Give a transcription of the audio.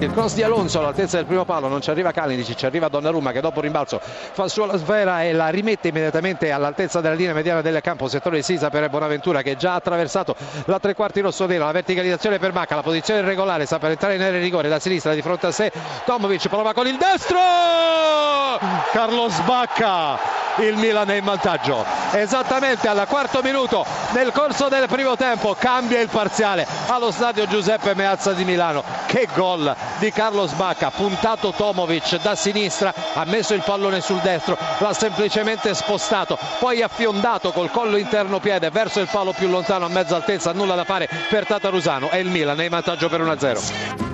il cross di Alonso all'altezza del primo palo, non ci arriva Kalinic, ci arriva Donnarumma che dopo rimbalzo fa sua la sfera e la rimette immediatamente all'altezza della linea mediana del campo, settore di Sisa per Bonaventura che già ha attraversato la tre quarti rossonera, la verticalizzazione per Bacca, la posizione irregolare, sta per entrare in area di rigore da sinistra di fronte a sé Tomovic, prova con il destro, Carlos Bacca, il Milan è in vantaggio esattamente al quarto minuto nel corso del primo tempo, cambia il parziale allo stadio Giuseppe Meazza di Milano. Che gol di Carlos Bacca, puntato Tomovic da sinistra, ha messo il pallone sul destro, l'ha semplicemente spostato, poi ha fiondato col collo interno piede verso il palo più lontano a mezza altezza, nulla da fare per Tatarusano e il Milan è in vantaggio per 1-0.